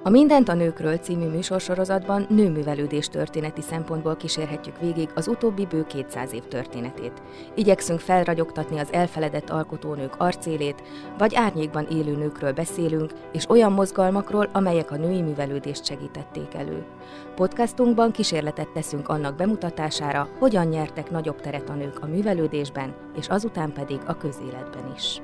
A Mindent a nőkről című műsorsorozatban nőművelődés történeti szempontból kísérhetjük végig az utóbbi bő 200 év történetét. Igyekszünk felragyogtatni az elfeledett alkotónők arcélét, vagy árnyékban élő nőkről beszélünk, és olyan mozgalmakról, amelyek a női művelődést segítették elő. Podcastunkban kísérletet teszünk annak bemutatására, hogyan nyertek nagyobb teret a nők a művelődésben, és azután pedig a közéletben is.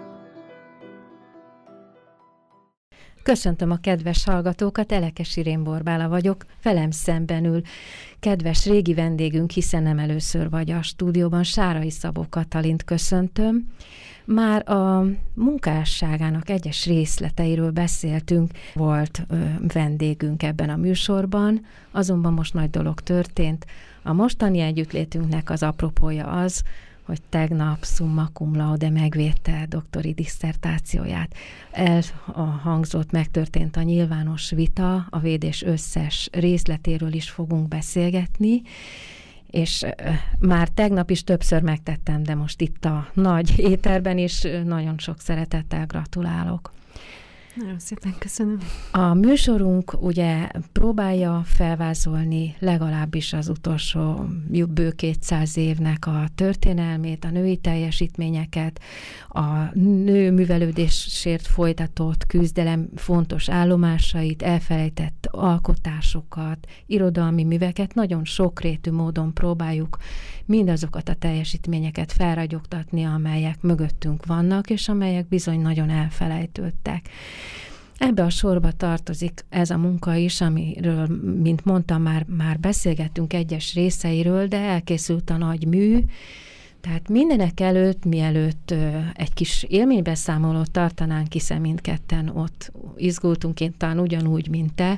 Köszöntöm a kedves hallgatókat, Elekes Irén Borbála vagyok, velem szemben ül kedves régi vendégünk, hiszen nem először vagy a stúdióban, Sárai Szabó Katalint köszöntöm. Már a munkásságának egyes részleteiről beszéltünk, volt vendégünk ebben a műsorban, azonban most nagy dolog történt. A mostani együttlétünknek az apropója az, hogy tegnap summa cum laude megvédte doktori disszertációját. Elhangzott, megtörtént a nyilvános vita, a védés összes részletéről is fogunk beszélgetni, és már tegnap is többször megtettem, de most itt a nagy éterben is nagyon sok szeretettel gratulálok. Nagyon szépen köszönöm. A műsorunk ugye próbálja felvázolni legalábbis az utolsó bő 200 évnek a történelmét, a női teljesítményeket, a nő művelődésért folytatott küzdelem fontos állomásait, elfelejtett alkotásokat, irodalmi műveket, nagyon sokrétű módon próbáljuk mindazokat a teljesítményeket felragyogtatni, amelyek mögöttünk vannak, és amelyek bizony nagyon elfelejtődtek. Ebbe a sorba tartozik ez a munka is, amiről, mint mondtam, már beszélgettünk egyes részeiről, de elkészült a nagy mű. Tehát mindenek előtt, mielőtt egy kis élménybeszámolót tartanánk, hiszen mindketten ott izgultunk, én talán ugyanúgy, mint te,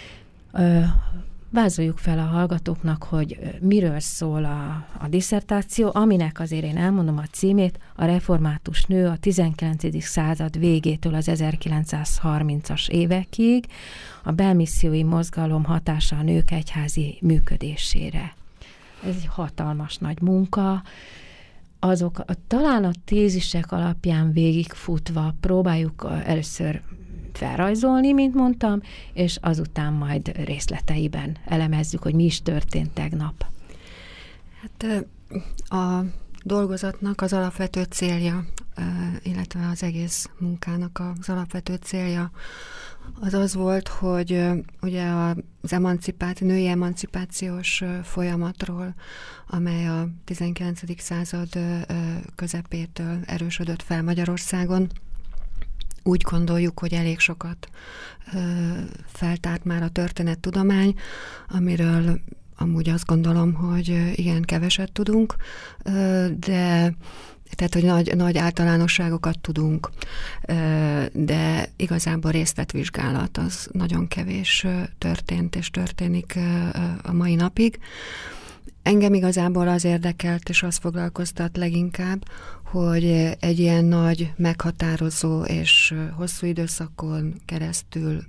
vázoljuk fel a hallgatóknak, hogy miről szól a disszertáció, aminek azért én elmondom a címét, a református nő a 19. század végétől az 1930-as évekig, a belmissziói mozgalom hatása a nők egyházi működésére. Ez egy hatalmas nagy munka. Talán a tézisek alapján végigfutva próbáljuk először felrajzolni, mint mondtam, és azután majd részleteiben elemezzük, hogy mi is történt tegnap. Hát a dolgozatnak az alapvető célja, illetve az egész munkának az alapvető célja az volt, hogy ugye az női emancipációs folyamatról, amely a 19. század közepétől erősödött fel Magyarországon, úgy gondoljuk, hogy elég sokat feltárt már a történettudomány, amiről amúgy azt gondolom, hogy igen, keveset tudunk, de tehát, hogy nagy általánosságokat tudunk, de igazából részletvizsgálat az nagyon kevés történt és történik a mai napig. Engem igazából az érdekelt, és az foglalkoztat leginkább, hogy egy ilyen nagy, meghatározó és hosszú időszakon keresztül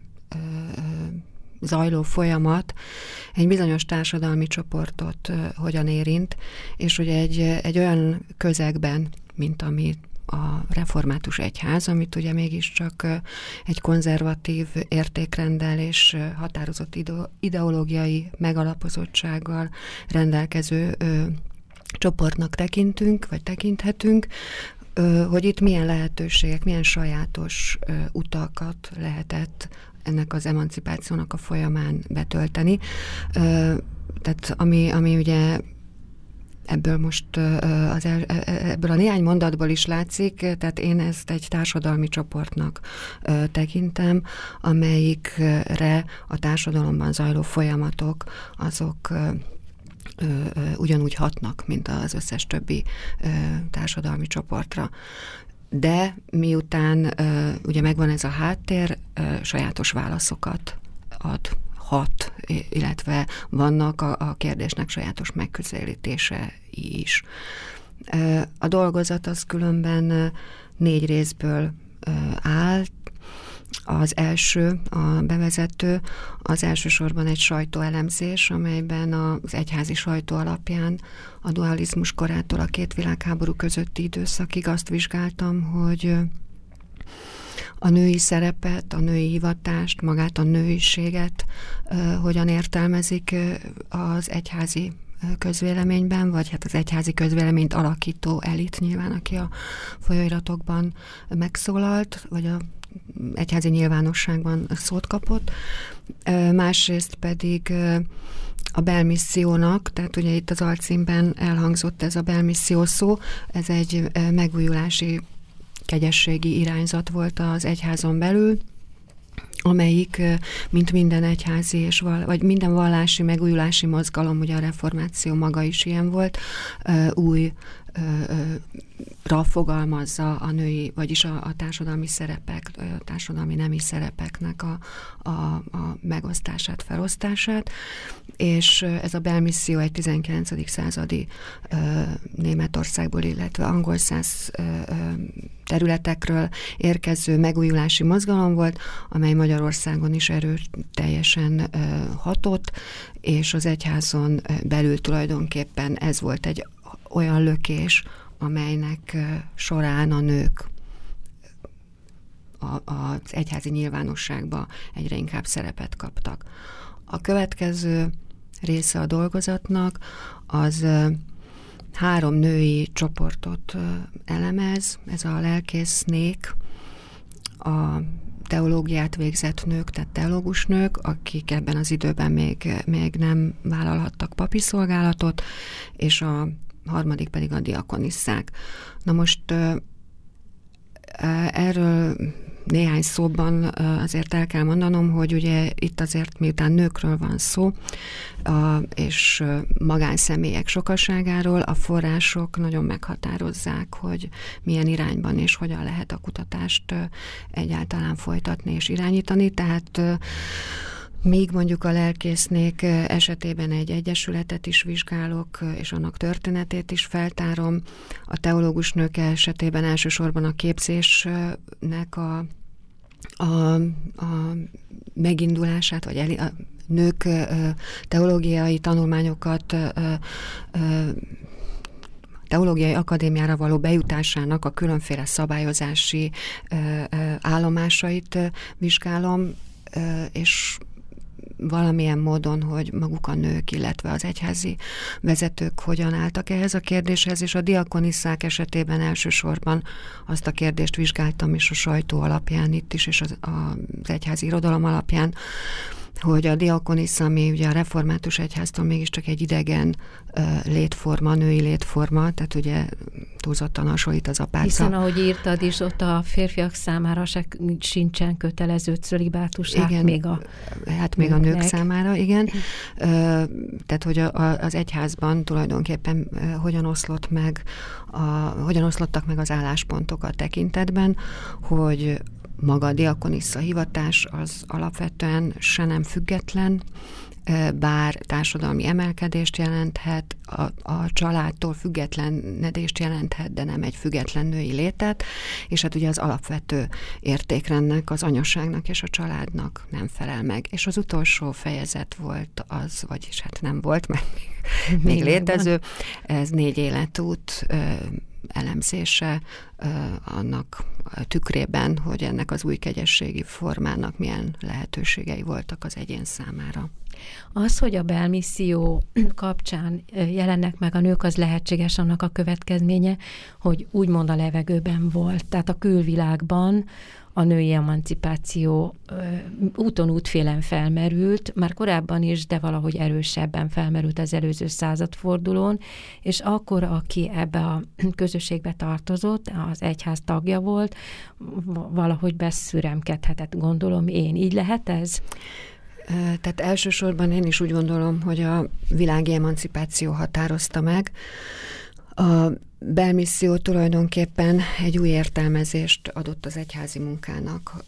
zajló folyamat egy bizonyos társadalmi csoportot hogyan érint, és hogy egy olyan közegben, mint ami a református egyház, amit ugye mégiscsak egy konzervatív értékrenddel és határozott ideológiai megalapozottsággal rendelkező csoportnak tekintünk, vagy tekinthetünk, hogy itt milyen lehetőségek, milyen sajátos utakat lehetett ennek az emancipációnak a folyamán betölteni. Tehát ami ugye ebből most ebből a néhány mondatból is látszik, tehát én ezt egy társadalmi csoportnak tekintem, amelyikre a társadalomban zajló folyamatok azok ugyanúgy hatnak, mint az összes többi társadalmi csoportra. De miután ugye megvan ez a háttér, sajátos válaszokat adhat, illetve vannak a kérdésnek sajátos megközelítése is. A dolgozat az különben 4 részből áll. Az első, a bevezető, az elsősorban egy sajtóelemzés, amelyben az egyházi sajtó alapján a dualizmus korától a 2 világháború közötti időszakig azt vizsgáltam, hogy a női szerepet, a női hivatást, magát a nőiséget hogyan értelmezik az egyházi közvéleményben, vagy hát az egyházi közvéleményt alakító elit nyilván, aki a folyóiratokban megszólalt, vagy a egyházi nyilvánosságban szót kapott. Másrészt pedig a belmissziónak, tehát ugye itt az alcímben elhangzott ez a belmisszió szó, ez egy megújulási kegyességi irányzat volt az egyházon belül, amelyik, mint minden egyházi vagy minden vallási megújulási mozgalom, ugye a reformáció maga is ilyen volt, újra fogalmazza a női, vagyis a társadalmi szerepek, a társadalmi nemi szerepeknek a megosztását, felosztását, és ez a belmisszió egy 19. századi Németországból, illetve angol száz területekről érkező megújulási mozgalom volt, amely Magyarországon is erőteljesen hatott, és az egyházon belül tulajdonképpen ez volt egy olyan lökés, amelynek során a nők az egyházi nyilvánosságban egyre inkább szerepet kaptak. A következő része a dolgozatnak az 3 női csoportot elemez, ez a lelkésznék, a teológiát végzett nők, tehát teológus nők, akik ebben az időben még nem vállalhattak papi szolgálatot, és a harmadik pedig a diakonisszák. Na most erről néhány szóban azért el kell mondanom, hogy ugye itt azért miután nőkről van szó, és magánszemélyek sokaságáról, a források nagyon meghatározzák, hogy milyen irányban és hogyan lehet a kutatást egyáltalán folytatni és irányítani. Tehát míg mondjuk a lelkésznék esetében egy egyesületet is vizsgálok, és annak történetét is feltárom, a teológus nők esetében elsősorban a képzésnek a megindulását, vagy a nők teológiai tanulmányokat, teológiai akadémiára való bejutásának a különféle szabályozási állomásait vizsgálom, és valamilyen módon, hogy maguk a nők, illetve az egyházi vezetők hogyan álltak ehhez a kérdéshez, és a diakonisszák esetében elsősorban azt a kérdést vizsgáltam is a sajtó alapján itt is, és az egyházi irodalom alapján, hogy a diakonissza, ami ugye a református egyháztól mégiscsak egy idegen létforma, női létforma, tehát ugye túlzottan hasonlít az apáca. Hiszen ahogy írtad is, ott a férfiak számára sincsen kötelező cölibátus, igen, még a nők számára, igen. Tehát, hogy az egyházban tulajdonképpen hogyan oszlottak meg az álláspontok a tekintetben, hogy maga a diakonissza hivatás az alapvetően se nem független, bár társadalmi emelkedést jelenthet, a családtól függetlenedést jelenthet, de nem egy független női létet, és hát ugye az alapvető értékrendnek, az anyaságnak és a családnak nem felel meg. És az utolsó fejezet volt az, vagyis hát nem volt, mert még létező, ez 4 életút elemzése annak tükrében, hogy ennek az új kegyességi formának milyen lehetőségei voltak az egyén számára. Az, hogy a belmisszió kapcsán jelennek meg a nők, az lehetséges annak a következménye, hogy úgymond a levegőben volt. Tehát a külvilágban a női emancipáció úton útfélen felmerült, már korábban is, de valahogy erősebben felmerült az előző századfordulón, és akkor, aki ebbe a közösségbe tartozott, az egyház tagja volt, valahogy beszüremkedhetett, gondolom én. Így lehet ez? Tehát elsősorban én is úgy gondolom, hogy a világi emancipáció határozta meg. A belmisszió tulajdonképpen egy új értelmezést adott az egyházi munkának,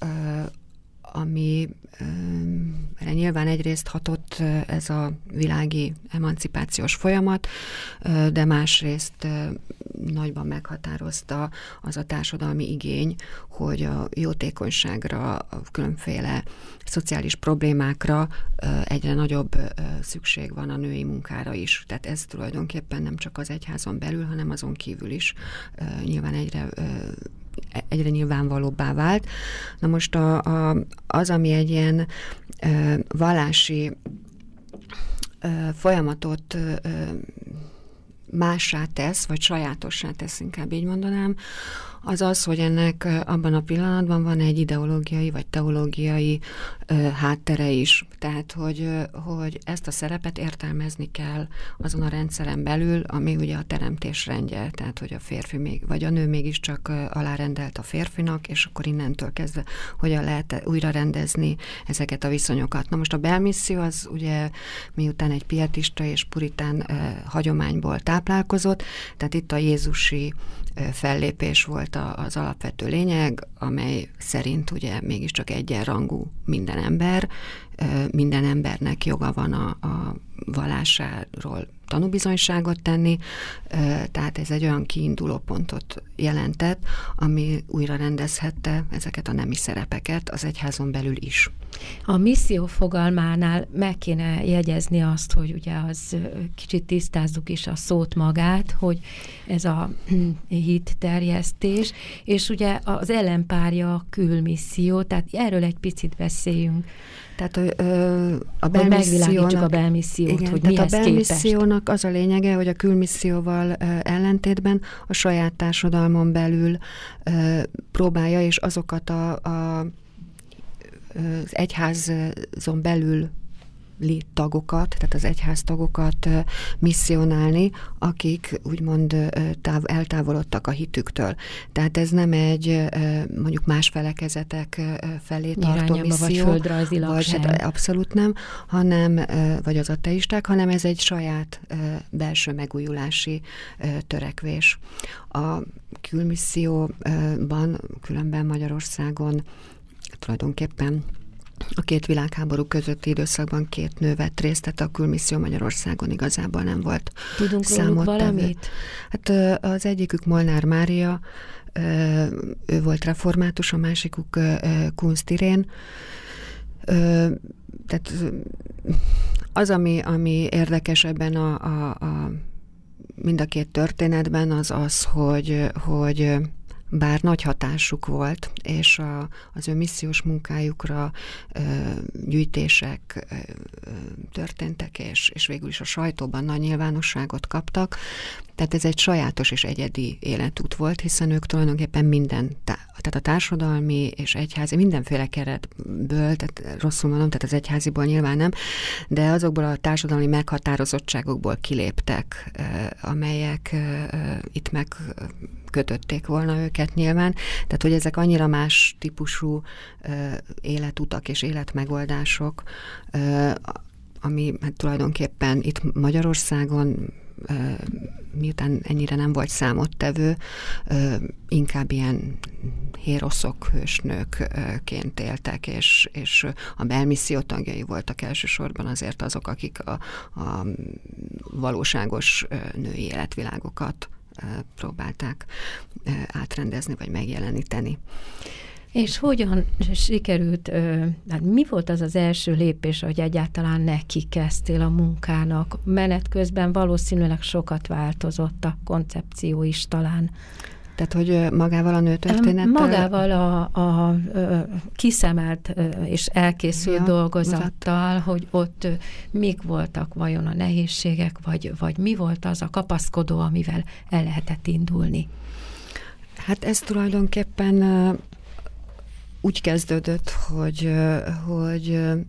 amire nyilván egyrészt hatott ez a világi emancipációs folyamat, de másrészt nagyban meghatározta az a társadalmi igény, hogy a jótékonyságra, a különféle szociális problémákra egyre nagyobb szükség van a női munkára is. Tehát ez tulajdonképpen nem csak az egyházon belül, hanem azon kívül is nyilván egyre egyre nyilvánvalóbbá vált. Na most az, ami egy ilyen vallási folyamatot mássá tesz, vagy sajátossá tesz, inkább így mondanám, az, hogy ennek abban a pillanatban van egy ideológiai vagy teológiai háttere is. Tehát, hogy ezt a szerepet értelmezni kell azon a rendszeren belül, ami ugye a teremtés rendje, tehát, hogy a férfi vagy a nő mégiscsak alárendelt a férfinak, és akkor innentől kezdve hogyan lehet újra rendezni ezeket a viszonyokat. Na most a belmisszió az ugye miután egy pietista és puritán hagyományból táplálkozott, tehát itt a jézusi fellépés volt az alapvető lényeg, amely szerint ugye mégiscsak egyenrangú minden ember, minden embernek joga van a vallásáról tanúbizonyságot tenni, tehát ez egy olyan kiinduló pontot jelentett, ami újra rendezhette ezeket a nemi szerepeket az egyházon belül is. A misszió fogalmánál meg kéne jegyezni azt, hogy ugye az kicsit tisztázzuk is a szót magát, hogy ez a hitterjesztés, és ugye az ellenpárja a külmisszió, tehát erről egy picit beszéljünk. Tehát a belmissziónak, a belmissziót, igen, hogy tehát mihez a belmissziónak az a lényege, hogy a külmisszióval ellentétben a saját társadalmon belül próbálja, és azokat az egyházon belül tagokat, tehát az egyháztagokat misszionálni, akik úgymond eltávolodtak a hitüktől. Tehát ez nem egy mondjuk más felekezetek felé tartó misszió, vagy földrajzilag vagy sem. Hát abszolút nem, hanem, vagy az ateisták, hanem ez egy saját belső megújulási törekvés. A külmisszióban, különben Magyarországon tulajdonképpen a két világháború közötti időszakban 2 nő vett részt, tehát a külmisszió Magyarországon igazából nem volt Tudunk róluk valamit? Hát az egyikük Molnár Mária, ő volt református, a másikuk Kunst Irén. Tehát az, ami érdekes ebben mind a két történetben, az, hogy bár nagy hatásuk volt, és az ő missziós munkájukra gyűjtések történtek, és végül is a sajtóban nagy nyilvánosságot kaptak. Tehát ez egy sajátos és egyedi életút volt, hiszen ők tulajdonképpen tehát a társadalmi és egyházi, mindenféle keretből, tehát rosszul mondom, tehát az egyháziból nyilván nem, de azokból a társadalmi meghatározottságokból kiléptek, amelyek itt megkötötték volna őket nyilván. Tehát, hogy ezek annyira más típusú életutak és életmegoldások, ami hát tulajdonképpen itt Magyarországon miután ennyire nem volt számottevő, inkább ilyen héroszok, hősnőkként éltek, és a belmisszió tagjai voltak elsősorban azért azok, akik a valóságos női életvilágokat próbálták átrendezni, vagy megjeleníteni. És hogyan sikerült, mi volt az első lépés, hogy egyáltalán neki kezdtél a munkának? Menet közben valószínűleg sokat változott a koncepció is talán. Tehát, hogy magával a nőtörténettel? Magával a kiszemelt és elkészült dolgozattal, hogy ott mik voltak vajon a nehézségek, vagy mi volt az a kapaszkodó, amivel el lehetett indulni? Hát ez tulajdonképpen úgy kezdődött, hogy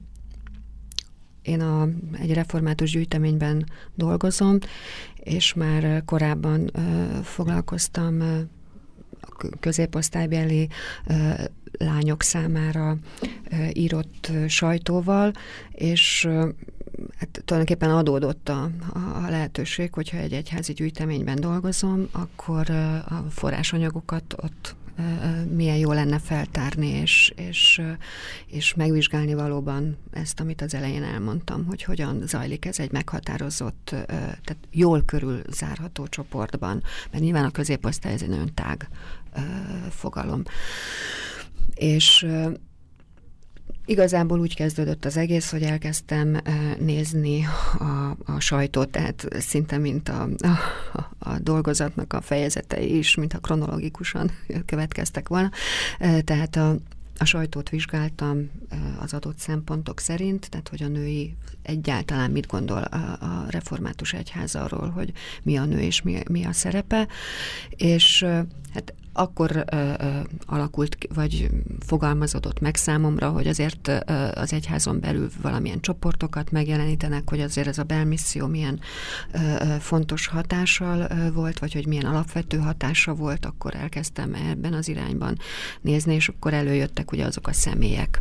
én egy református gyűjteményben dolgozom, és már korábban foglalkoztam középosztálybeli lányok számára írott sajtóval, és hát tulajdonképpen adódott a lehetőség, hogyha egy egyházi gyűjteményben dolgozom, akkor a forrásanyagokat ott milyen jó lenne feltárni, és megvizsgálni valóban ezt, amit az elején elmondtam, hogy hogyan zajlik ez egy meghatározott, tehát jól körül zárható csoportban, mert nyilván a középosztály ez egy nagyon tág fogalom. És Igazából úgy kezdődött az egész, hogy elkezdtem nézni a sajtót, tehát szinte mint a dolgozatnak a fejezetei is, mintha kronológikusan következtek volna. Tehát a sajtót vizsgáltam az adott szempontok szerint, tehát hogy a női egyáltalán mit gondol a református egyház arról, hogy mi a nő és mi a szerepe, és hát akkor alakult, vagy fogalmazódott meg számomra, hogy azért az egyházon belül valamilyen csoportokat megjelenítenek, hogy azért ez a belmisszió milyen fontos hatással volt, vagy hogy milyen alapvető hatása volt, akkor elkezdtem ebben az irányban nézni, és akkor előjöttek ugye azok a személyek,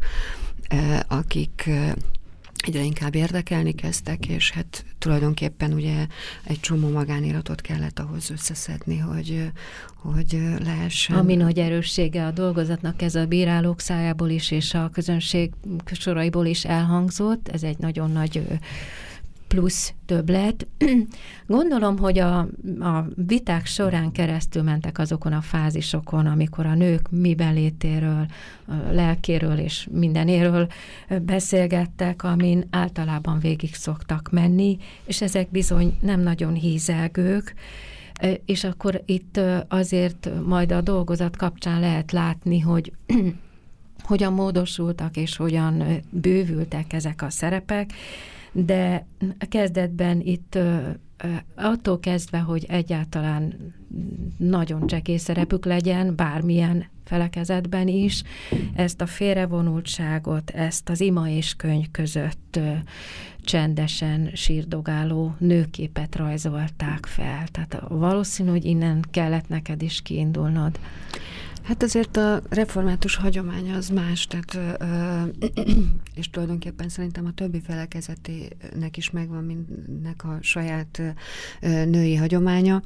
akik egyre inkább érdekelni kezdtek, és hát tulajdonképpen ugye egy csomó magániratot kellett ahhoz összeszedni, hogy lehessen. Ami nagy erőssége a dolgozatnak, ez a bírálók szájából is, és a közönség soraiból is elhangzott, ez egy nagyon nagy plusz többlet. Gondolom, hogy a viták során keresztül mentek azokon a fázisokon, amikor a nők mibenlétéről, lelkéről és mindenéről beszélgettek, amin általában végig szoktak menni, és ezek bizony nem nagyon hízelgők, és akkor itt azért majd a dolgozat kapcsán lehet látni, hogy hogyan módosultak és hogyan bővültek ezek a szerepek, de kezdetben itt attól kezdve, hogy egyáltalán nagyon csekély szerepük legyen, bármilyen felekezetben is, ezt a félrevonultságot, ezt az ima és könyv között csendesen sírdogáló nőképet rajzolták fel. Tehát valószínű, hogy innen kellett neked is kiindulnod. Hát azért a református hagyomány az más, tehát, és tulajdonképpen szerintem a többi felekezetének is megvan mindnek a saját női hagyománya.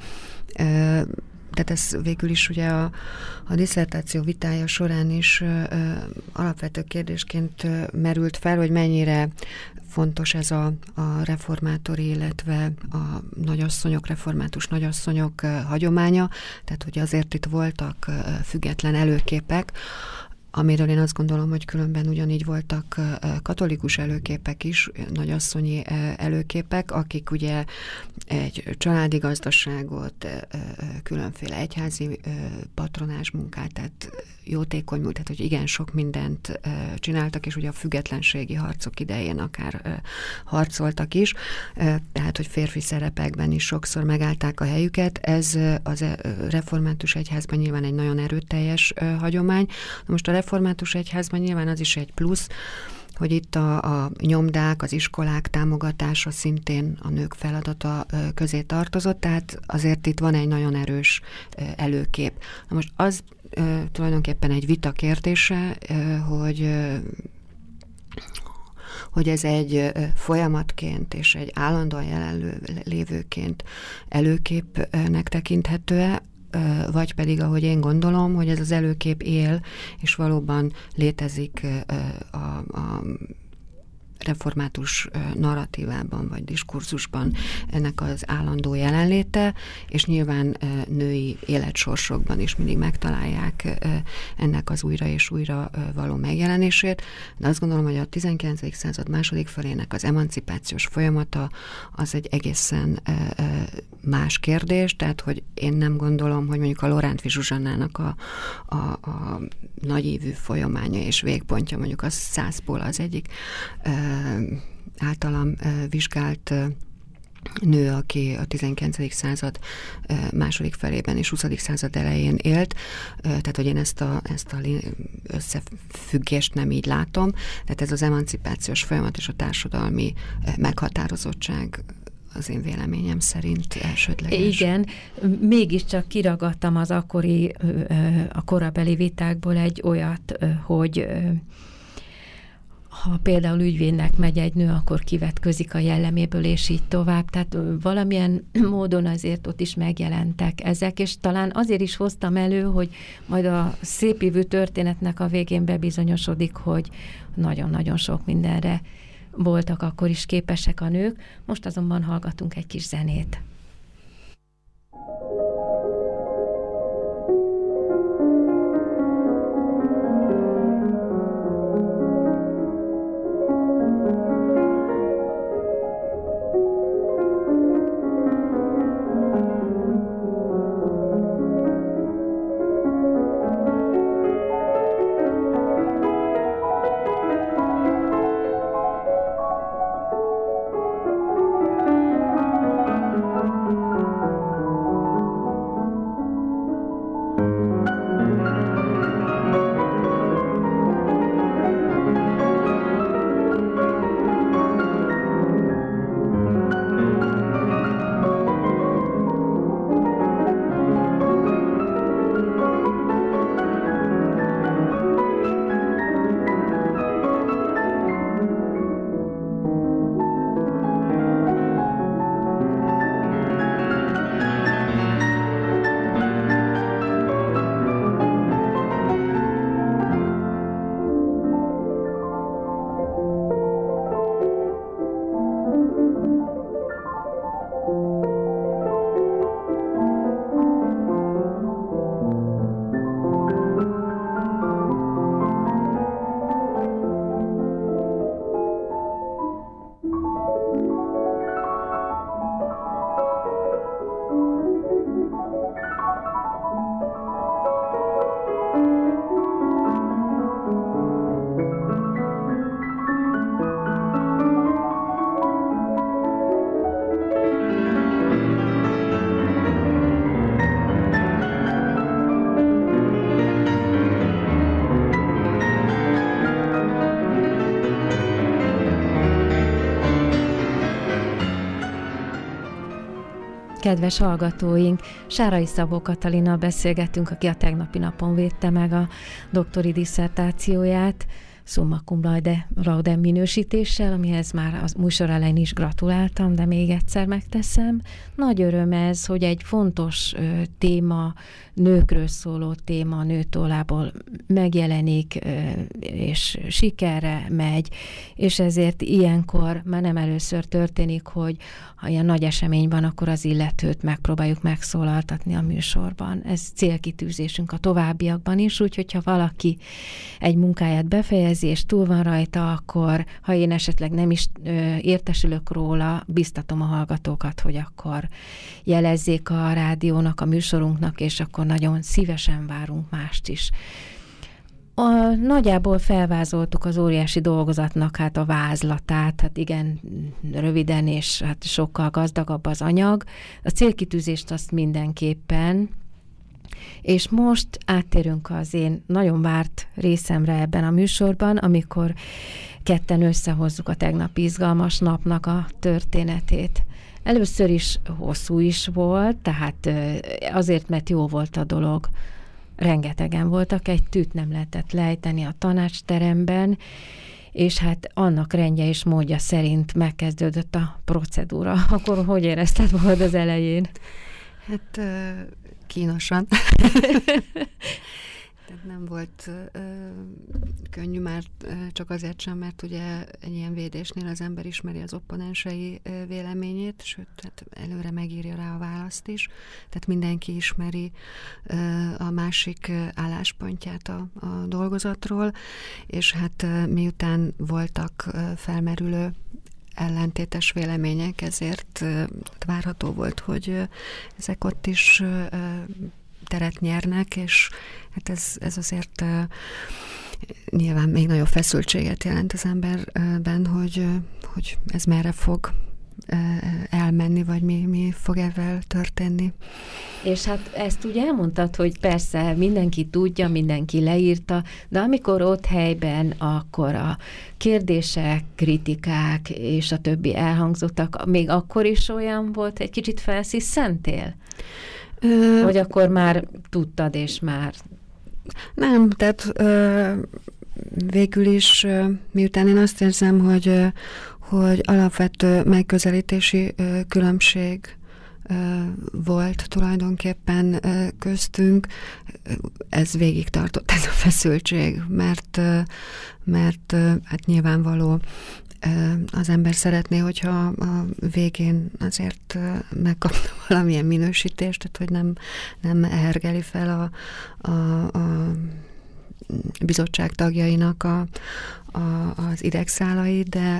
Tehát ez végül is ugye a disszertáció vitája során is alapvető kérdésként merült fel, hogy mennyire fontos ez a reformátori, illetve a nagyasszonyok, református nagyasszonyok hagyománya, tehát hogy azért itt voltak független előképek, amiről én azt gondolom, hogy különben ugyanígy voltak katolikus előképek is, nagyasszonyi előképek, akik ugye egy családi gazdaságot, különféle egyházi patronás munkát, tehát jótékony múlt, tehát hogy igen sok mindent csináltak, és ugye a függetlenségi harcok idején akár harcoltak is, tehát hogy férfi szerepekben is sokszor megállták a helyüket. Ez az református egyházban nyilván egy nagyon erőteljes hagyomány. Most a református egyházban nyilván az is egy plusz, hogy itt a nyomdák, az iskolák támogatása szintén a nők feladata közé tartozott, tehát azért itt van egy nagyon erős előkép. Na most az tulajdonképpen egy vita kérdése, hogy ez egy folyamatként és egy állandóan jelenlévőként előképnek tekinthető-e, vagy pedig, ahogy én gondolom, hogy ez az előkép él, és valóban létezik a református narratívában, vagy diskurzusban ennek az állandó jelenléte, és nyilván női életsorsokban is mindig megtalálják ennek az újra és újra való megjelenését. De azt gondolom, hogy a 19. század második felének az emancipációs folyamata az egy egészen más kérdés, tehát, hogy én nem gondolom, hogy mondjuk a Lorántffy Zsuzsannának a nagyívű folyamánya és végpontja, mondjuk a Szászból az egyik általam vizsgált nő, aki a 19. század második felében és 20. század elején élt, tehát hogy én ezt a összefüggést nem így látom, tehát ez az emancipációs folyamat és a társadalmi meghatározottság az én véleményem szerint elsődleges. Igen, mégiscsak kiragadtam az a korabeli vitákból egy olyat, hogy ha például ügyvédnek megy egy nő, akkor kivetközik a jelleméből, és így tovább. Tehát valamilyen módon azért ott is megjelentek ezek, és talán azért is hoztam elő, hogy majd a szépívű történetnek a végén bebizonyosodik, hogy nagyon-nagyon sok mindenre voltak akkor is képesek a nők. Most azonban hallgatunk egy kis zenét. Kedves hallgatóink, Sárai Szabó Katalinnal beszélgettünk, aki a tegnapi napon védte meg a doktori disszertációját, summa cum laude minősítéssel, amihez már a műsor elején is gratuláltam, de még egyszer megteszem. Nagy öröm ez, hogy egy fontos téma, nőkről szóló téma nőtollából megjelenik, és sikerre megy, és ezért ilyenkor már nem először történik, hogy ha ilyen nagy esemény van, akkor az illetőt megpróbáljuk megszólaltatni a műsorban. Ez célkitűzésünk a továbbiakban is, úgyhogy ha valaki egy munkáját befejezi, és túl van rajta, akkor ha én esetleg nem is értesülök róla, biztatom a hallgatókat, hogy akkor jelezzék a rádiónak, a műsorunknak, és akkor nagyon szívesen várunk mást is. Nagyjából felvázoltuk az óriási dolgozatnak hát a vázlatát, hát igen, röviden és hát sokkal gazdagabb az anyag. A célkitűzést azt mindenképpen, és most áttérünk az én nagyon várt részemre ebben a műsorban, amikor ketten összehozzuk a tegnapi izgalmas napnak a történetét. Először is hosszú is volt, tehát azért, mert jó volt a dolog. Rengetegen voltak, egy tűt nem lehetett lejteni a tanácsteremben, és hát annak rendje és módja szerint megkezdődött a procedúra. Akkor hogy érezted magad az elején? Hát kínosan. Tehát nem volt könnyű már csak azért sem, mert ugye egy ilyen védésnél az ember ismeri az opponensei véleményét, sőt, hát előre megírja rá a választ is. Tehát mindenki ismeri a másik álláspontját a dolgozatról, és hát miután voltak felmerülő ellentétes vélemények, ezért várható volt, hogy ezek ott is teret nyernek, és hát ez azért nyilván még nagyobb feszültséget jelent az emberben, hogy ez merre fog elmenni, vagy mi fog ezzel történni. És hát ezt ugye elmondtad, hogy persze mindenki tudja, mindenki leírta, de amikor ott helyben, akkor a kérdések, kritikák és a többi elhangzottak, még akkor is olyan volt, egy kicsit felszisszentél? Vagy akkor már tudtad, és már... Nem, tehát végül is, miután én azt érzem, hogy alapvető megközelítési különbség volt tulajdonképpen köztünk, ez végig tartott ez a feszültség, mert hát nyilvánvaló, az ember szeretné, hogyha a végén azért megkapna valamilyen minősítést, tehát hogy nem hergeli fel a bizottság tagjainak az idegszálai, de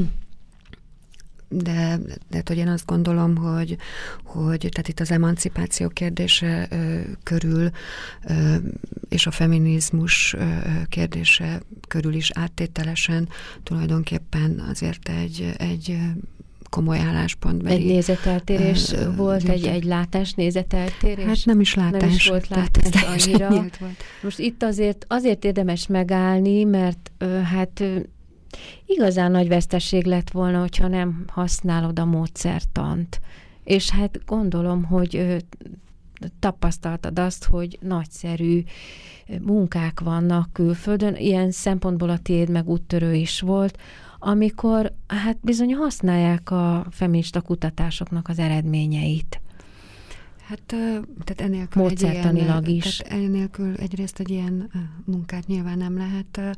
hogy én azt gondolom, hogy tehát itt az emancipáció kérdése körül és a feminizmus kérdése körül is áttételesen tulajdonképpen azért egy komoly álláspontbeli. Egy nézeteltérés volt, egy látás nézeteltérés? Hát nem is látás. Nem is volt látás annyira. Most itt azért érdemes megállni, mert hát igazán nagy veszteség lett volna, hogyha nem használod a módszertant. És hát gondolom, hogy tapasztaltad azt, hogy nagyszerű munkák vannak külföldön, ilyen szempontból a tiéd meg úttörő is volt, amikor hát bizony használják a feminista kutatásoknak az eredményeit. Hát, tehát enélkül módszertanilag is. Tehát enélkül egyrészt egy ilyen munkát nyilván nem lehet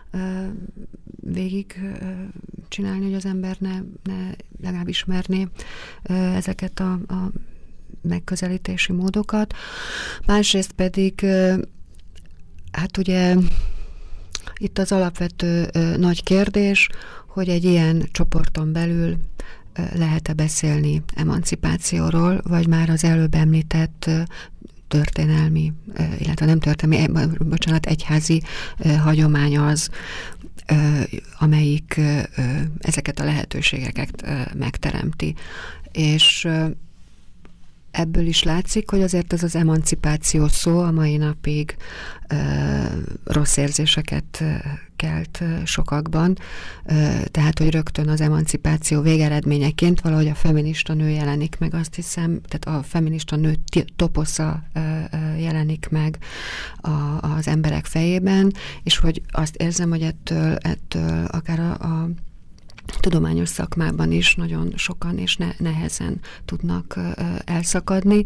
végig csinálni, hogy az ember ne legalább ismerné ezeket a megközelítési módokat. Másrészt pedig hát ugye itt az alapvető nagy kérdés, hogy egy ilyen csoporton belül lehet-e beszélni emancipációról, vagy már az előbb említett történelmi, illetve nem történelmi, bocsánat, egyházi hagyomány az, amelyik ezeket a lehetőségeket megteremti. És ebből is látszik, hogy azért ez az emancipáció szó a mai napig rossz érzéseket kelt sokakban, tehát, hogy rögtön az emancipáció végeredményeként valahogy a feminista nő jelenik meg, azt hiszem, tehát a feminista nő toposza jelenik meg az emberek fejében, és hogy azt érzem, hogy ettől akár a tudományos szakmában is nagyon sokan és nehezen tudnak elszakadni.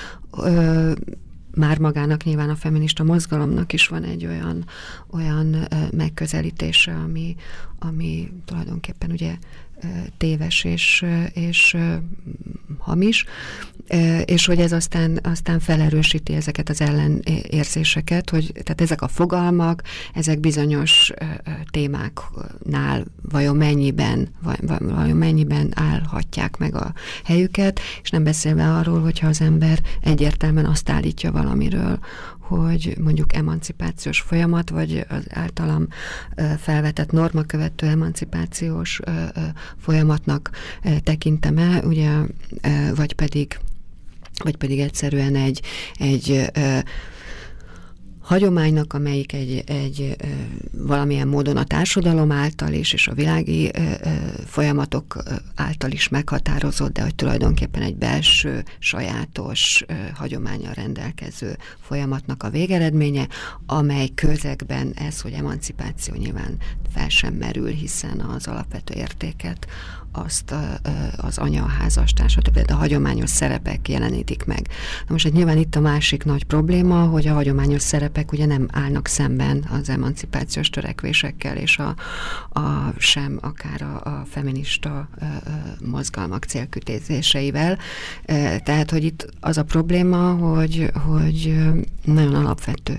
Már magának nyilván a feminista mozgalomnak is van egy olyan megközelítése, ami tulajdonképpen ugye téves és hamis, és hogy ez aztán felerősíti ezeket az ellenérzéseket, hogy tehát ezek a fogalmak, ezek bizonyos témáknál vajon mennyiben állhatják meg a helyüket, és nem beszélve arról, hogyha az ember egyértelműen azt állítja valamiről, hogy mondjuk emancipációs folyamat, vagy az általam felvetett normakövető emancipációs folyamatnak tekintem-e, ugye, vagy pedig egyszerűen egy hagyománynak, amelyik egy valamilyen módon a társadalom által is, és a világi folyamatok által is meghatározott, de hogy tulajdonképpen egy belső, sajátos hagyománnyal rendelkező folyamatnak a végeredménye, amely közegben ez, hogy emancipáció nyilván fel sem merül, hiszen az alapvető értéket azt az anya, a házastárs, a hagyományos szerepek jelenítik meg. Na most hát nyilván itt a másik nagy probléma, hogy a hagyományos szerepek ugye nem állnak szemben az emancipációs törekvésekkel, és sem akár a feminista mozgalmak célkütézéseivel. Tehát, hogy itt az a probléma, hogy nagyon alapvető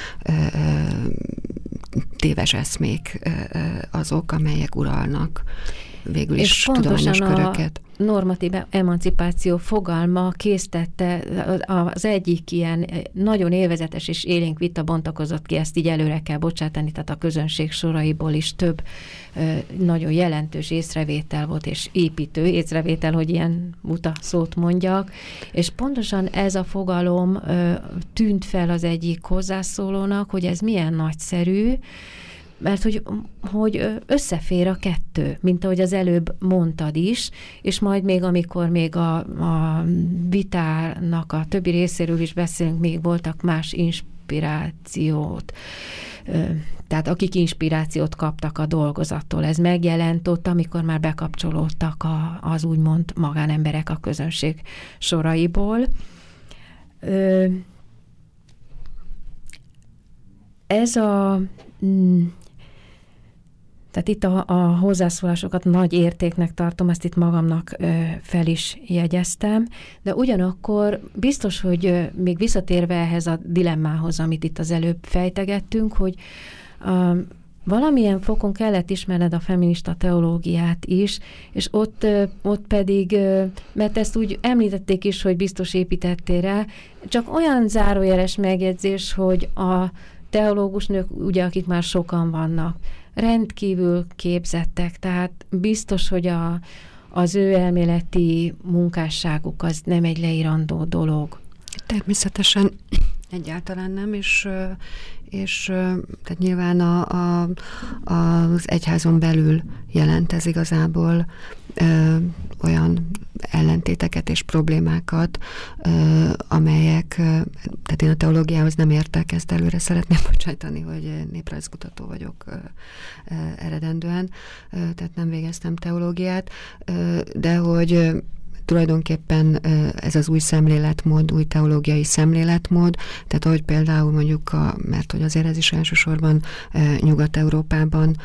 téves eszmék azok, amelyek uralnak végül is tudományos köröket. A normatív emancipáció fogalma késztette az egyik ilyen nagyon élvezetes és élénk vita bontakozott ki, ezt így előre kell bocsátani, tehát a közönség soraiból is több nagyon jelentős észrevétel volt, és építő észrevétel, hogy ilyen buta szót mondjak, és pontosan ez a fogalom tűnt fel az egyik hozzászólónak, hogy ez milyen nagyszerű, mert hogy összefér a kettő, mint ahogy az előbb mondtad is, és majd még amikor még a vitának a többi részéről is beszélünk, még voltak más inspirációt, tehát akik inspirációt kaptak a dolgozattól. Ez megjelent ott, amikor már bekapcsolódtak az úgymond magánemberek a közönség soraiból. Ez tehát itt a hozzászólásokat nagy értéknek tartom, ezt itt magamnak fel is jegyeztem, de ugyanakkor biztos, hogy még visszatérve ehhez a dilemmához, amit itt az előbb fejtegettünk, hogy valamilyen fokon kellett ismerned a feminista teológiát is, és ott pedig, mert ezt úgy említették is, hogy biztos építettél rá, csak olyan zárójeles megjegyzés, hogy a teológus nők, ugye, akik már sokan vannak, rendkívül képzettek, tehát biztos, hogy az ő elméleti munkásságuk az nem egy leírandó dolog. Természetesen egyáltalán nem, és tehát nyilván az egyházon belül jelent ez igazából olyan ellentéteket és problémákat, amelyek, tehát én a teológiához nem értek, ezt előre szeretném bocsájtani, hogy néprajzkutató vagyok eredendően, tehát nem végeztem teológiát, de hogy tulajdonképpen ez az új szemléletmód, új teológiai szemléletmód, tehát ahogy például mondjuk, mert hogy azért ez is elsősorban Nyugat-Európában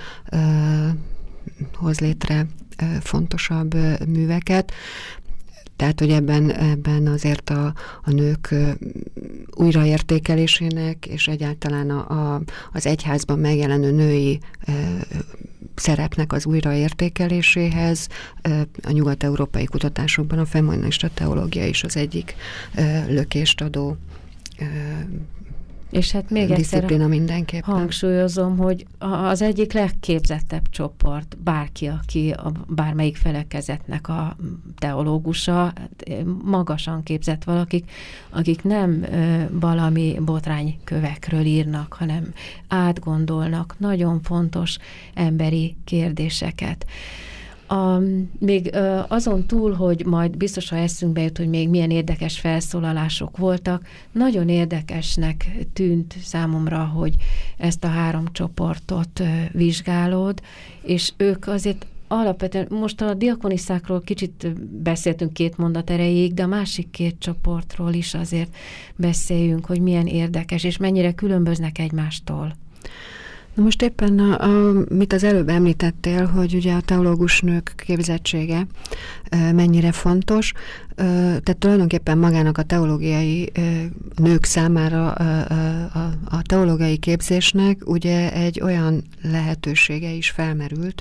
hoz létre fontosabb műveket, tehát, hogy ebben azért a nők újraértékelésének, és egyáltalán az egyházban megjelenő női szerepnek az újraértékeléséhez a nyugat-európai kutatásokban a feminista teológia is az egyik lökést adó És hát még disziplína mindenképpen. Hangsúlyozom, hogy az egyik legképzettebb csoport, bárki, aki bármelyik felekezetnek a teológusa, magasan képzett valakik, akik nem valami botránykövekről írnak, hanem átgondolnak nagyon fontos emberi kérdéseket. Még azon túl, hogy majd biztos, ha eszünkbe jut, hogy még milyen érdekes felszólalások voltak, nagyon érdekesnek tűnt számomra, hogy ezt a 3 csoportot vizsgálod, és ők azért alapvetően, most a diakoniszákról kicsit beszéltünk 2 mondat erejéig, de a másik 2 csoportról is azért beszéljünk, hogy milyen érdekes, és mennyire különböznek egymástól. Na most éppen, mit az előbb említettél, hogy ugye a teológus nők képzettsége mennyire fontos, tehát tulajdonképpen magának a teológiai nők számára a teológiai képzésnek ugye egy olyan lehetősége is felmerült,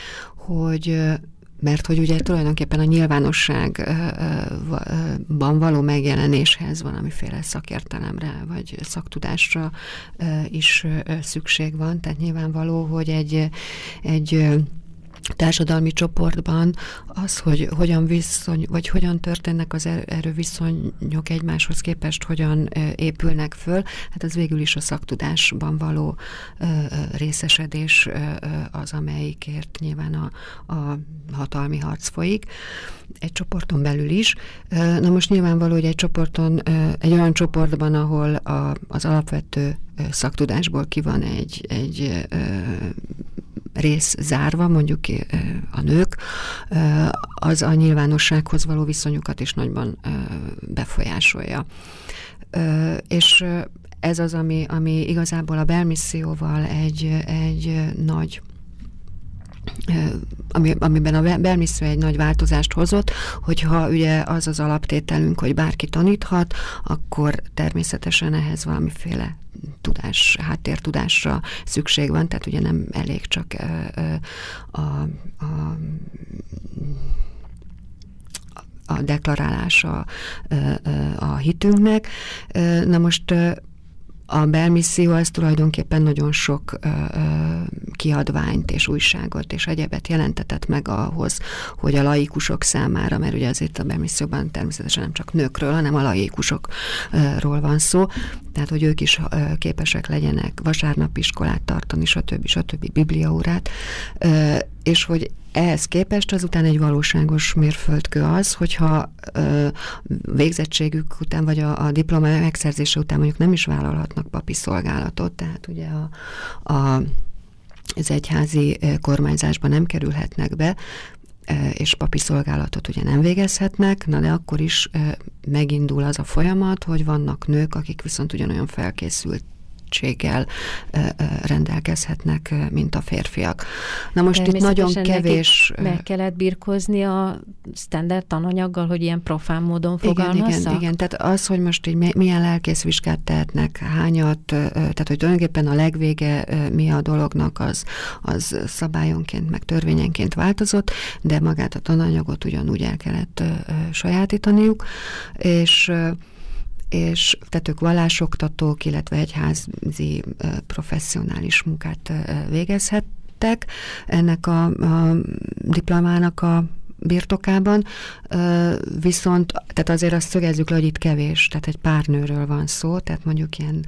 mert hogy ugye tulajdonképpen a nyilvánosságban való megjelenéshez valamiféle szakértelemre vagy szaktudásra is szükség van. Tehát nyilvánvaló, hogy egy társadalmi csoportban az, hogy hogyan történnek az erőviszonyok egymáshoz képest, hogyan épülnek föl, hát az végül is a szaktudásban való részesedés az, amelyikért nyilván a hatalmi harc folyik. Egy csoporton belül is. Na most nyilvánvaló, hogy egy olyan csoportban, ahol az alapvető szaktudásból ki van egy rész zárva, mondjuk a nők, az a nyilvánossághoz való viszonyukat is nagyban befolyásolja. És ez az, ami igazából a belmisszióval egy nagy amiben a belmisszió egy nagy változást hozott, hogyha ugye az az alaptételünk, hogy bárki taníthat, akkor természetesen ehhez valamiféle háttértudásra szükség van, tehát ugye nem elég csak a deklarálása a hitünknek. Na most a belmisszió az tulajdonképpen nagyon sok kiadványt és újságot és egyebet jelentetett meg ahhoz, hogy a laikusok számára, mert ugye azért a belmisszióban természetesen nem csak nőkről, hanem a laikusokról van szó, tehát hogy ők is képesek legyenek vasárnapiskolát tartani, stb. Bibliaórát, és hogy ehhez képest azután egy valóságos mérföldkő az, hogyha végzettségük után, vagy a diploma megszerzése után mondjuk nem is vállalhatnak papi szolgálatot, tehát ugye az egyházi kormányzásba nem kerülhetnek be, és papi szolgálatot ugye nem végezhetnek, na de akkor is megindul az a folyamat, hogy vannak nők, akik viszont ugyanolyan felkészültséggel rendelkezhetnek, mint a férfiak. Na most itt nagyon kevés... Meg kellett birkózni a standard tananyaggal, hogy ilyen profán módon fogalmazzak? Igen, tehát az, hogy most így milyen lelkészvizsgát tehetnek, hányat, tehát hogy tulajdonképpen a legvége mi a dolognak, az szabályonként, meg törvényenként változott, de magát a tananyagot ugyanúgy el kellett sajátítaniuk, és tehát ők vallásoktatók, illetve egyházi professzionális munkát végezhettek ennek a diplomának a birtokában, viszont, tehát azért azt szögezzük le, hogy itt kevés, tehát egy pár nőről van szó, tehát mondjuk ilyen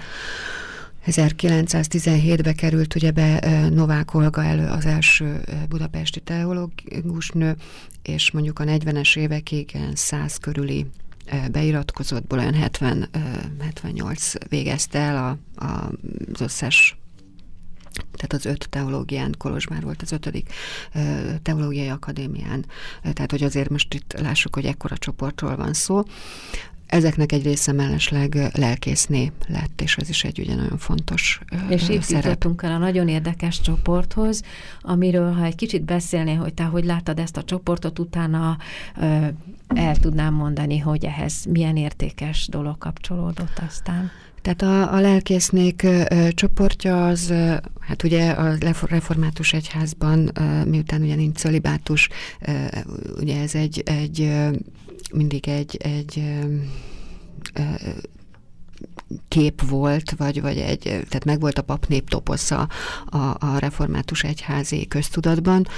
1917-ben került ugye be Novák Olga elő, az első budapesti teológusnő, és mondjuk a 40-es évekig 100 körüli beiratkozottból olyan 78 végezte el az összes, tehát az 5 teológián, Kolozsvár volt az 5. teológiai akadémián. Tehát, hogy azért most itt lássuk, hogy ekkora csoportról van szó. Ezeknek egy része mellesleg lelkészné lett, és ez is egy ugye nagyon fontos és itt jutottunk el a nagyon érdekes csoporthoz, amiről, ha egy kicsit beszélnél, hogy te hogy láttad ezt a csoportot, utána el tudnám mondani, hogy ehhez milyen értékes dolog kapcsolódott aztán. Tehát a lelkésznék csoportja az, hát ugye a református egyházban, miután ugye nincs cölibátus, ugye ez mindig egy kép volt, vagy tehát megvolt a papnép toposza a református egyházi köztudatban.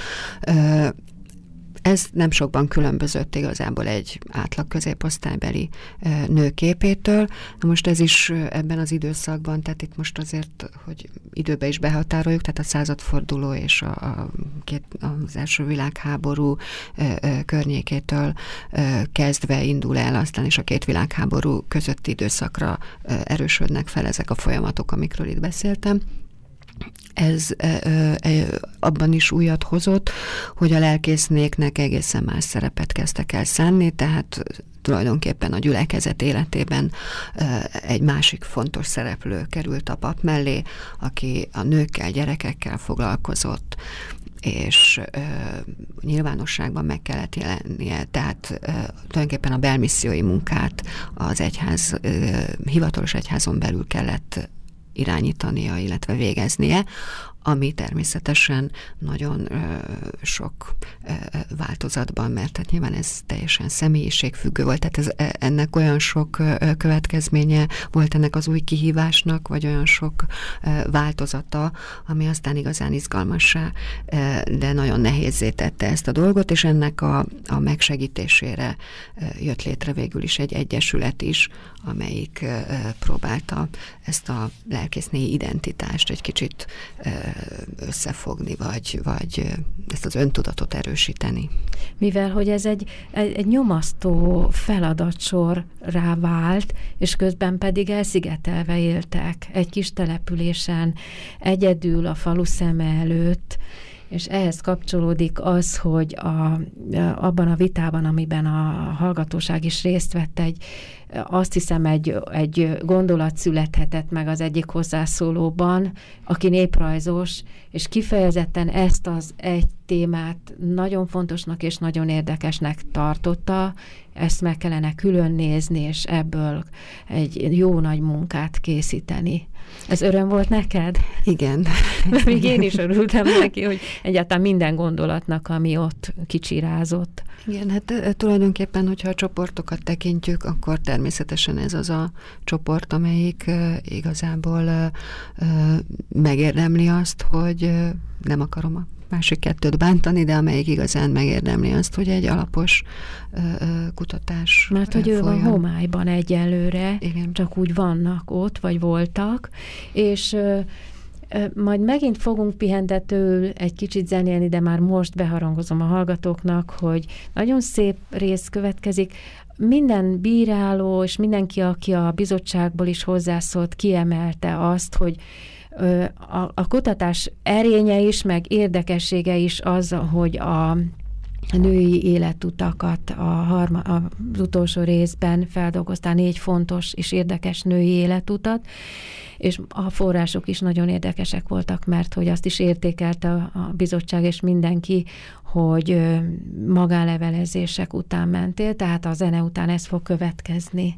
Ez nem sokban különbözött igazából egy átlag középosztálybeli nő képétől. Na most ez is ebben az időszakban, tehát itt most azért, hogy időbe is behatároljuk, tehát a századforduló és az első világháború környékétől kezdve indul el, aztán is a két világháború közötti időszakra erősödnek fel ezek a folyamatok, amikről itt beszéltem. Ez abban is újat hozott, hogy a lelkésznéknek egészen más szerepet kezdtek el szánni, tehát tulajdonképpen a gyülekezet életében egy másik fontos szereplő került a pap mellé, aki a nőkkel, gyerekekkel foglalkozott, és nyilvánosságban meg kellett jelennie, tehát tulajdonképpen a belmissziói munkát az egyház, hivatalos egyházon belül kellett irányítania, illetve végeznie, ami természetesen nagyon sok változatban, mert hát nyilván ez teljesen személyiségfüggő volt, tehát ennek olyan sok következménye volt ennek az új kihívásnak, vagy olyan sok változata, ami aztán igazán izgalmassá, de nagyon nehézzé tette ezt a dolgot, és ennek a megsegítésére jött létre végül is egy egyesület is, amelyik próbálta ezt a lelkésznélyi identitást egy kicsit összefogni, vagy ezt az öntudatot erősíteni. Mivel, hogy ez egy nyomasztó feladatsorrá vált, és közben pedig elszigetelve éltek egy kis településen, egyedül a falu szeme előtt, és ehhez kapcsolódik az, hogy abban a vitában, amiben a hallgatóság is részt vett, azt hiszem egy gondolat születhetett meg az egyik hozzászólóban, aki néprajzos, és kifejezetten ezt az egy témát nagyon fontosnak és nagyon érdekesnek tartotta, ezt meg kellene külön nézni, és ebből egy jó nagy munkát készíteni. Ez öröm volt neked? Igen. Még én is örültem neki, hogy egyáltalán minden gondolatnak, ami ott kicsirázott. Igen, hát tulajdonképpen, hogyha a csoportokat tekintjük, akkor természetesen ez az a csoport, amelyik igazából megérdemli azt, hogy nem akarom a másik kettőt bántani, de amelyik igazán megérdemli azt, hogy egy alapos kutatás Mert hogy ő van homályban egyelőre, igen. Csak úgy vannak ott, vagy voltak, és majd megint fogunk pihentetőül egy kicsit zenélni, de már most beharangozom a hallgatóknak, hogy nagyon szép rész következik. Minden bíráló, és mindenki, aki a bizottságból is hozzászólt, kiemelte azt, hogy a kutatás erénye is, meg érdekessége is az, hogy a női életutakat az utolsó részben feldolgoztál 4 fontos és érdekes női életutat, és a források is nagyon érdekesek voltak, mert hogy azt is értékelte a bizottság és mindenki, hogy magánlevelezések után mentél, tehát a zene után ez fog következni.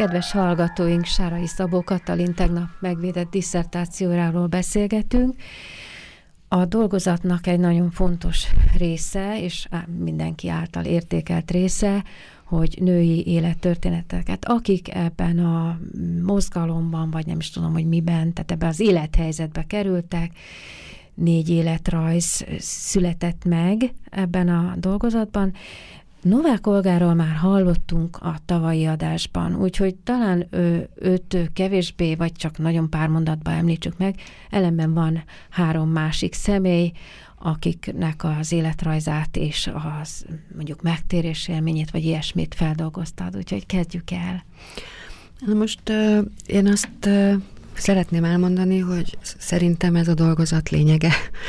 Kedves hallgatóink, Sárai Szabó Katalin tegnap megvédett disszertációjáról beszélgetünk. A dolgozatnak egy nagyon fontos része, és mindenki által értékelt része, hogy női élettörténeteket, akik ebben a mozgalomban, vagy nem is tudom, hogy miben, tehát ebben az élethelyzetbe kerültek, 4 életrajz született meg ebben a dolgozatban. Novák Olgáról már hallottunk a tavalyi adásban, úgyhogy talán őt kevésbé, vagy csak nagyon pár mondatban említsük meg. Ellenben van 3 másik személy, akiknek az életrajzát és az mondjuk megtérés élményét, vagy ilyesmit feldolgoztad, úgyhogy kezdjük el. Na most én azt szeretném elmondani, hogy szerintem ez a dolgozat lényege.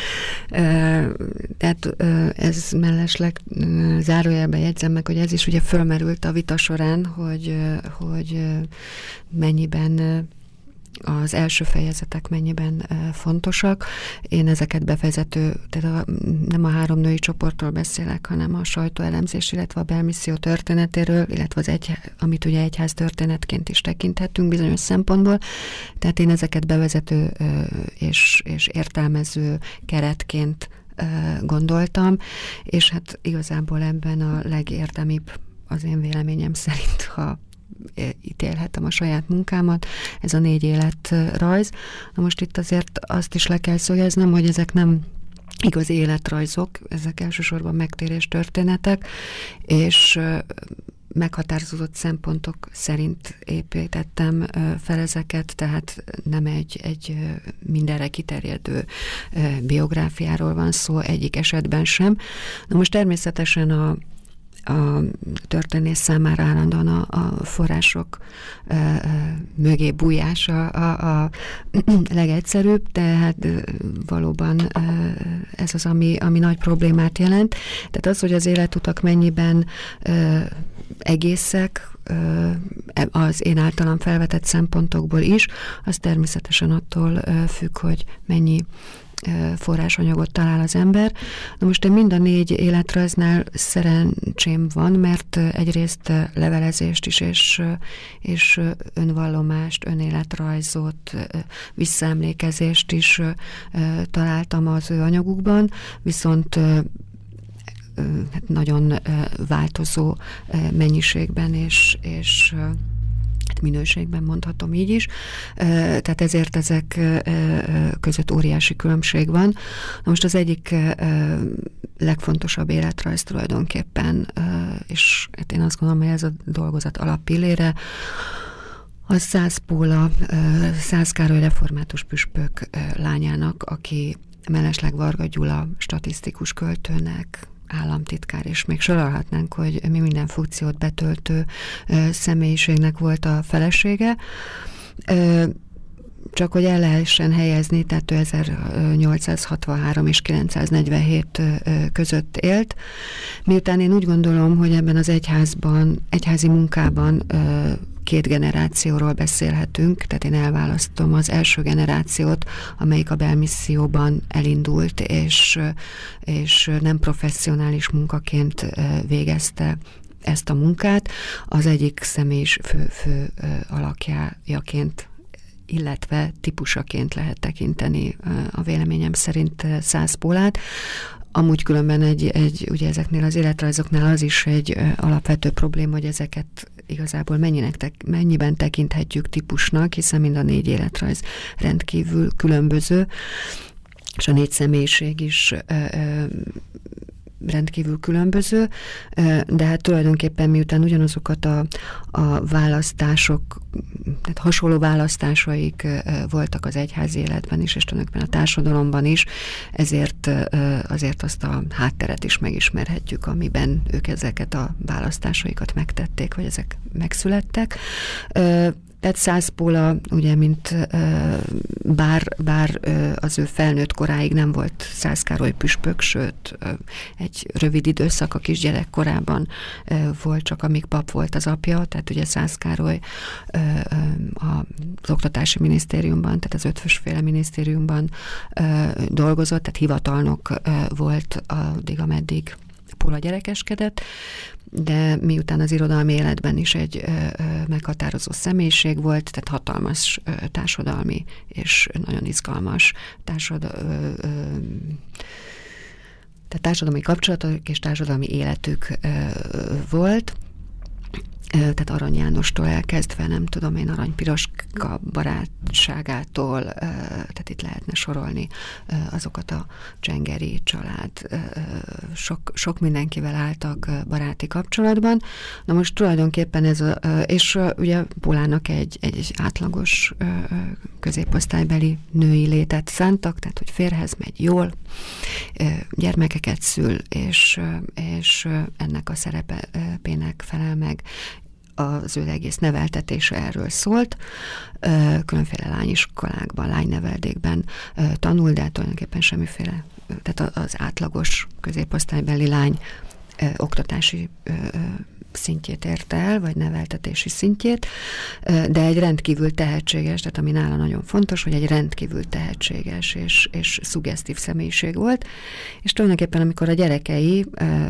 Tehát ez mellesleg zárójelben jegyzem meg, hogy ez is ugye fölmerült a vita során, hogy mennyiben az első fejezetek mennyiben fontosak. Én ezeket bevezető, tehát nem a 3 női csoportról beszélek, hanem a sajtóelemzés, illetve a belmisszió történetéről, illetve az amit ugye egyház történetként is tekinthetünk bizonyos szempontból. Tehát én ezeket bevezető és értelmező keretként gondoltam, és hát igazából ebben a legérdemibb az én véleményem szerint, ha ítélhetem a saját munkámat, ez a 4 életrajz. Na most itt azért azt is le kell szögeznem, hogy ezek nem igazi életrajzok, ezek elsősorban megtérés történetek, és meghatározott szempontok szerint építettem fel ezeket, tehát nem egy mindenre kiterjedő biográfiáról van szó, egyik esetben sem. Na most természetesen a történész számára állandóan a források mögé bújás a legegyszerűbb, tehát valóban ez az, ami nagy problémát jelent. Tehát az, hogy az életutak mennyiben egészek, az én általam felvetett szempontokból is, az természetesen attól függ, hogy mennyi forrásanyagot talál az ember. Na most én mind a 4 életrajznál szerencsém van, mert egyrészt levelezést is, és önvallomást, önéletrajzot, visszaemlékezést is találtam az ő anyagukban, viszont nagyon változó mennyiségben és minőségben mondhatom így is. Tehát ezért ezek között óriási különbség van. Na most az egyik legfontosabb életrajz tulajdonképpen, és én azt gondolom, hogy ez a dolgozat alappillére, a Szász Póla, Szász Károly református püspök lányának, aki mellesleg Varga Gyula statisztikus költőnek, államtitkár, és még sorolhatnánk, hogy mi minden funkciót betöltő személyiségnek volt a felesége. Csak hogy el lehessen helyezni, tehát 1863 és 947 között élt. Miután én úgy gondolom, hogy ebben az egyházi munkában 2 generációról beszélhetünk, tehát én elválasztom az első generációt, amelyik a belmisszióban elindult, és nem professzionális munkaként végezte ezt a munkát. Az egyik személy is fő alakjaként, illetve típusaként lehet tekinteni a véleményem szerint Szász Pólát. Amúgy különben ugye ezeknél az életrajzoknál az is egy alapvető probléma, hogy ezeket igazából mennyiben tekinthetjük típusnak, hiszen mind a 4 életrajz rendkívül különböző, és a 4 személyiség is rendkívül különböző, de hát tulajdonképpen miután ugyanazokat a választások, tehát hasonló választásaik voltak az egyházi életben is, és tulajdonképpen a társadalomban is, ezért azért azt a hátteret is megismerhetjük, amiben ők ezeket a választásaikat megtették, vagy ezek megszülettek. Tehát Szász Póla, ugye, mint bár az ő felnőtt koráig nem volt Szász Károly püspök, sőt, egy rövid időszak a kisgyerekkorában volt, csak amíg pap volt az apja, tehát ugye Szász Károly az Oktatási Minisztériumban, tehát az Ötvös-féle minisztériumban dolgozott, tehát hivatalnok volt addig, ameddig Póla gyerekeskedett. de miután az irodalmi életben is egy meghatározó személyiség volt, tehát hatalmas társadalmi és nagyon izgalmas társadalmi kapcsolatok és társadalmi életük volt. Tehát Arany Jánostól elkezdve, nem tudom én, Arany Piroska barátságától, tehát itt lehetne sorolni azokat a Csengeri család, sok mindenkivel álltak baráti kapcsolatban. Na most tulajdonképpen ez és ugye Pulának egy átlagos középosztálybeli női létet szántak, tehát hogy férhez megy jól, gyermekeket szül, és ennek a szerepének felel meg. Az ő egész neveltetése erről szólt. Különféle lányiskolákban, lányneveldékben tanul, de tulajdonképpen semmiféle, tehát az átlagos középosztálybeli lány oktatási szintjét érte el, vagy neveltetési szintjét, de egy rendkívül tehetséges, tehát ami nála nagyon fontos, hogy egy rendkívül tehetséges és szuggesztív személyiség volt, és tulajdonképpen amikor a gyerekei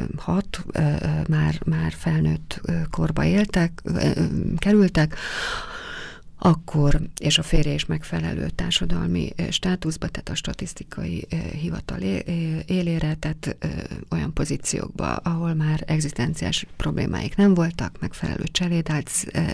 már felnőtt korba kerültek, akkor, és a férje is megfelelő társadalmi státuszba, tehát a statisztikai hivatal élére, tehát olyan pozíciókba, ahol már egzisztenciális problémáik nem voltak, megfelelő cseléd állt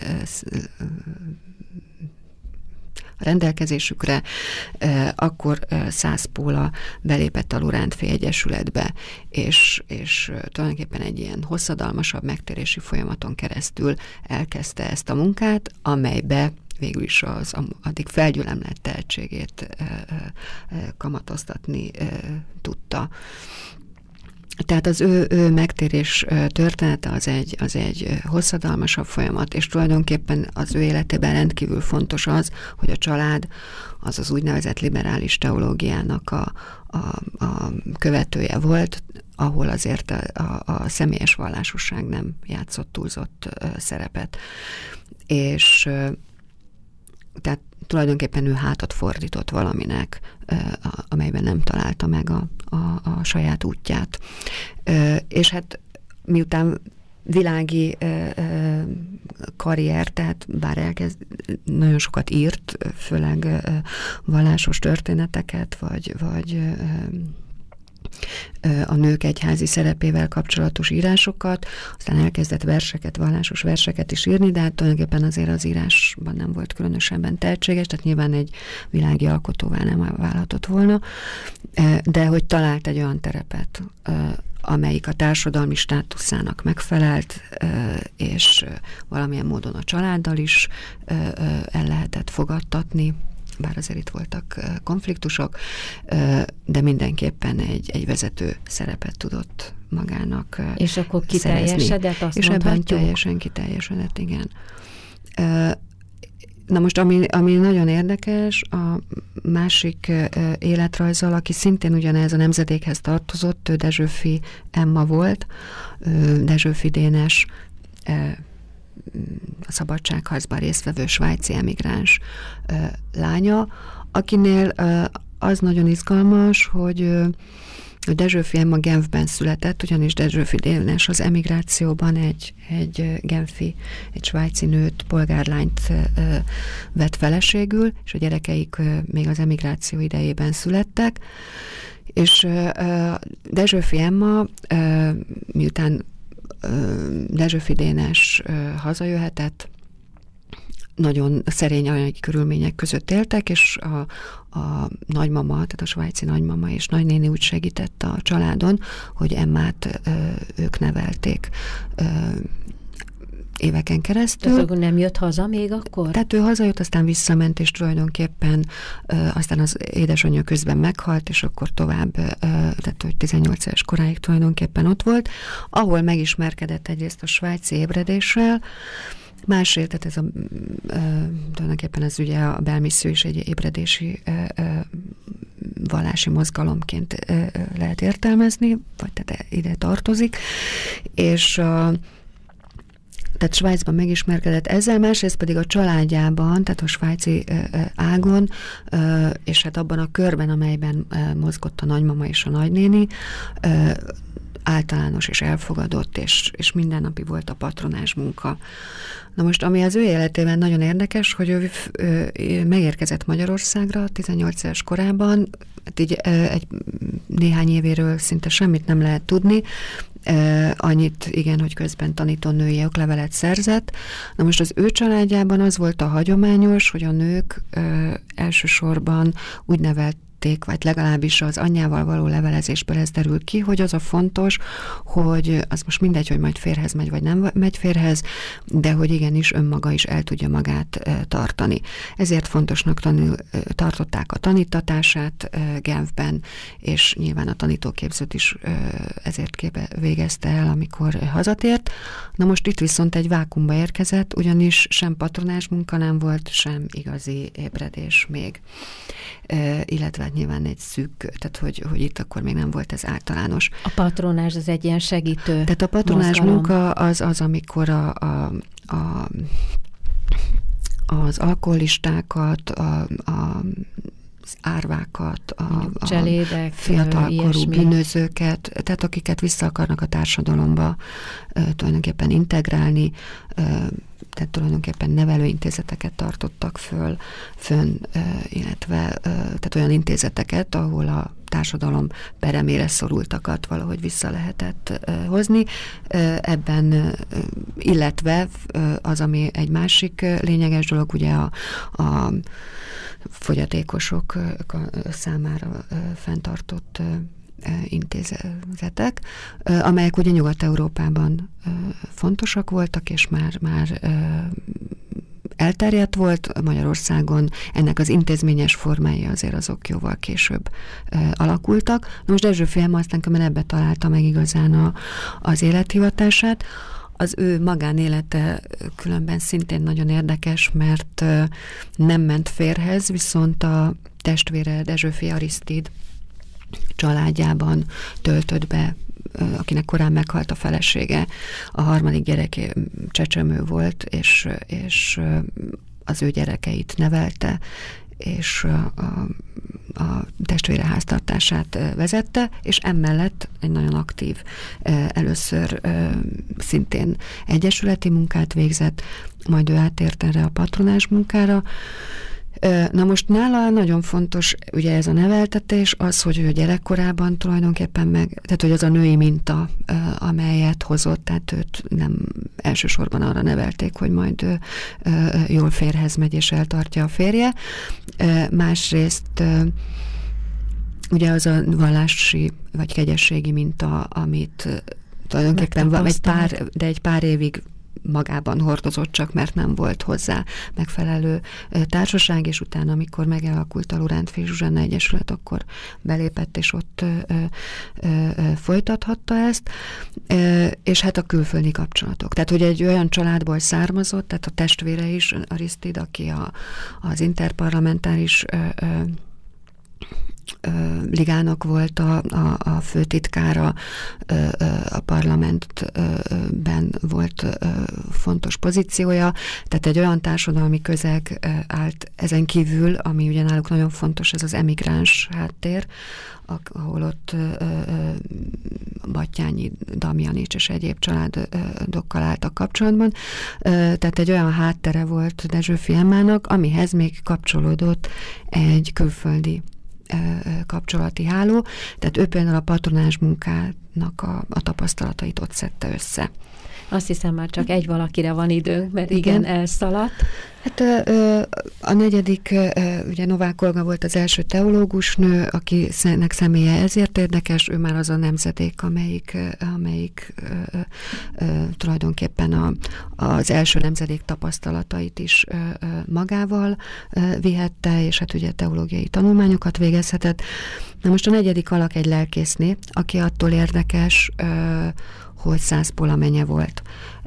rendelkezésükre, akkor Szász Póla belépett a Lorántffy Egyesületbe, és tulajdonképpen egy ilyen hosszadalmasabb megtérési folyamaton keresztül elkezdte ezt a munkát, amelybe végül is az addig felgyülemlett tehetségét kamatoztatni tudta. Tehát az ő megtérés története az egy hosszadalmasabb folyamat, és tulajdonképpen az ő életében rendkívül fontos az, hogy a család az úgynevezett liberális teológiának a követője volt, ahol azért a személyes vallásosság nem játszott túlzott szerepet. És tehát tulajdonképpen ő hátat fordított valaminek, amelyben nem találta meg a saját útját. És hát miután világi karrier, tehát bár nagyon sokat írt, főleg vallásos történeteket, vagy a nők egyházi szerepével kapcsolatos írásokat, aztán elkezdett verseket, vallásos verseket is írni, de hát tulajdonképpen azért az írásban nem volt különösebben tehetséges, tehát nyilván egy világi alkotóvá nem válhatott volna, de hogy talált egy olyan terepet, amelyik a társadalmi státuszának megfelelt, és valamilyen módon a családdal is el lehetett fogadtatni, bár azért itt voltak konfliktusok, de mindenképpen egy vezető szerepet tudott magának és akkor kiteljesedett, azt és mondhatjuk? ebben teljesen kiteljesedett, igen. Na most, ami nagyon érdekes, a másik életrajzzal, aki szintén ugyanez a nemzedékhez tartozott, ő Dezsőfi Emma volt, Dezsőfi Dénes, a szabadságharcban résztvevő svájci emigráns lánya, akinél az nagyon izgalmas, hogy Dezsőfi Emma Genfben született, ugyanis Dezsőfi Dénes az emigrációban egy svájci nőt, polgárlányt vett feleségül, és a gyerekeik még az emigráció idejében születtek, és Dezsőfi Emma, miután Dezsőfi Dénes hazajöhetett, nagyon szerény anyagi körülmények között éltek, és a nagymama, tehát a svájci nagymama és nagynéni úgy segített a családon, hogy Emmát ők nevelték éveken keresztül. Tehát nem jött haza még akkor? Tehát ő hazajött, aztán visszament, és tulajdonképpen aztán az édesanyja közben meghalt, és akkor tovább, tehát hogy 18 éves koráig tulajdonképpen ott volt, ahol megismerkedett egyrészt a svájci ébredéssel, másrészt, tehát ez tulajdonképpen ez ugye a belmisszió is egy ébredési vallási mozgalomként lehet értelmezni, vagy tehát ide tartozik, és tehát Svájcban megismerkedett ezzel, másrészt pedig a családjában, tehát a svájci ágon, és hát abban a körben, amelyben mozgott a nagymama és a nagynéni, általános és elfogadott, és mindennapi volt a patronázs munka. Na most, ami az ő életében nagyon érdekes, hogy ő megérkezett Magyarországra 18 éves korában, így néhány évéről szinte semmit nem lehet tudni, annyit, igen, hogy közben tanítónői oklevelet szerzett. Na most az ő családjában az volt a hagyományos, hogy a nők elsősorban úgy nevelték, vagy legalábbis az anyjával való levelezésből ez derül ki, hogy az a fontos, hogy az most mindegy, hogy majd férhez megy, vagy nem megy férhez, de hogy igenis önmaga is el tudja magát tartani. Ezért fontosnak tartották a tanítatását Genfben, és nyilván a tanítóképzőt is ezért végezte el, amikor hazatért. Na most itt viszont egy vákumba érkezett, ugyanis sem patronázs munka nem volt, sem igazi ébredés még. Illetve nyilván egy szűk, tehát hogy itt akkor még nem volt ez általános. A patronázs az egy ilyen segítő Tehát a patronázs munka az, amikor az alkoholistákat, az árvákat, a cselédek, fiatalkorú bűnözőket, tehát akiket vissza akarnak a társadalomba tulajdonképpen integrálni, tehát tulajdonképpen nevelőintézeteket tartottak fönn, illetve tehát olyan intézeteket, ahol a társadalom peremére szorultakat valahogy vissza lehetett hozni. Ebben, illetve az, ami egy másik lényeges dolog, ugye a fogyatékosok számára fenntartott intézetek, amelyek ugye Nyugat-Európában fontosak voltak, és már elterjedt volt. Magyarországon ennek az intézményes formái azért azok jóval később alakultak. Na most Dezső Filma aztán ebbe találta meg igazán az élethivatását. Az ő magánélete különben szintén nagyon érdekes, mert nem ment férhez, viszont a testvére Dezsőfi Arisztid családjában töltött be, akinek korán meghalt a felesége, a harmadik gyereke csecsemő volt, és az ő gyerekeit nevelte, és a testvére háztartását vezette, és emellett egy nagyon aktív, először szintén egyesületi munkát végzett, majd ő átért erre a patronázs munkára. Na most nála nagyon fontos ugye ez a neveltetés, az, hogy ő gyerekkorában tulajdonképpen tehát hogy az a női minta, amelyet hozott, tehát őt nem elsősorban arra nevelték, hogy majd jól férhez megy és eltartja a férje. Másrészt ugye az a vallási vagy kegyességi minta, amit tulajdonképpen egy pár évig magában hordozott, csak mert nem volt hozzá megfelelő társaság, és utána, amikor megalakult a Lorántffy Zsuzsanna Egyesület, akkor belépett, és ott folytathatta ezt, és hát a külföldi kapcsolatok. Tehát, hogy egy olyan családból származott, tehát a testvére is, Arisztid, aki az interparlamentáris ligának volt a főtitkára, a parlamentben volt fontos pozíciója, tehát egy olyan társadalmi közeg állt ezen kívül, ami ugye náluk nagyon fontos, ez az emigráns háttér, ahol ott Batthyány, Damjanics és egyéb családokkal álltak kapcsolatban. Tehát egy olyan háttere volt Dezsőfi Emmának, amihez még kapcsolódott egy külföldi kapcsolati háló, tehát ő például a patronázs munkának a tapasztalatait ott szedte össze. Azt hiszem, már csak egy valakire van időnk, mert igen, elszaladt. Hát a negyedik, ugye Novák Olga volt az első teológus nő, akinek személye ezért érdekes, ő már az a nemzedék, amelyik tulajdonképpen az első nemzedék tapasztalatait is magával vihette, és hát ugye teológiai tanulmányokat végezhetett. Na most a negyedik alak egy lelkészné, aki attól érdekes, hogy 100 pola menye volt.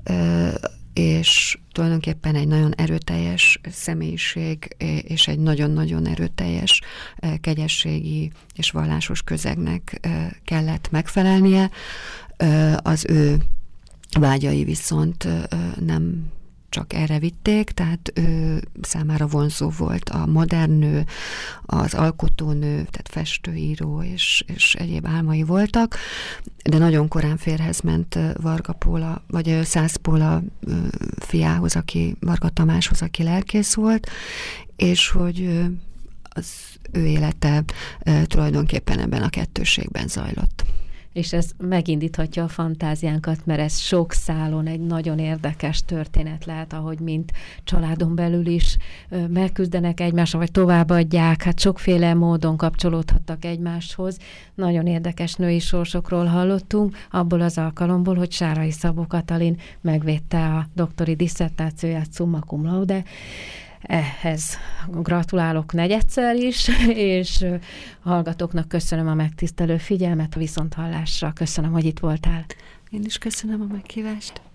És tulajdonképpen egy nagyon erőteljes személyiség, és egy nagyon-nagyon erőteljes kegyességi és vallásos közegnek kellett megfelelnie. Az ő vágyai viszont nem csak erre vitték, tehát ő számára vonzó volt a modern nő, az alkotónő, tehát festőíró és egyéb álmai voltak, de nagyon korán férjhez ment Varga Póla, vagy Szász Póla fiához, Varga Tamáshoz, aki lelkész volt, és hogy az ő élete tulajdonképpen ebben a kettősségben zajlott. És ez megindíthatja a fantáziánkat, mert ez sok szálon egy nagyon érdekes történet lehet, ahogy mint családon belül is megküzdenek egymással, vagy továbbadják, hát sokféle módon kapcsolódhattak egymáshoz. Nagyon érdekes női sorsokról hallottunk, abból az alkalomból, hogy Sárai Szabó Katalin megvédte a doktori disszertációját summa cum laude. Ehhez gratulálok negyedszer is, és hallgatóknak köszönöm a megtisztelő figyelmet, a viszonthallásra. Köszönöm, hogy itt voltál. Én is köszönöm a meghívást.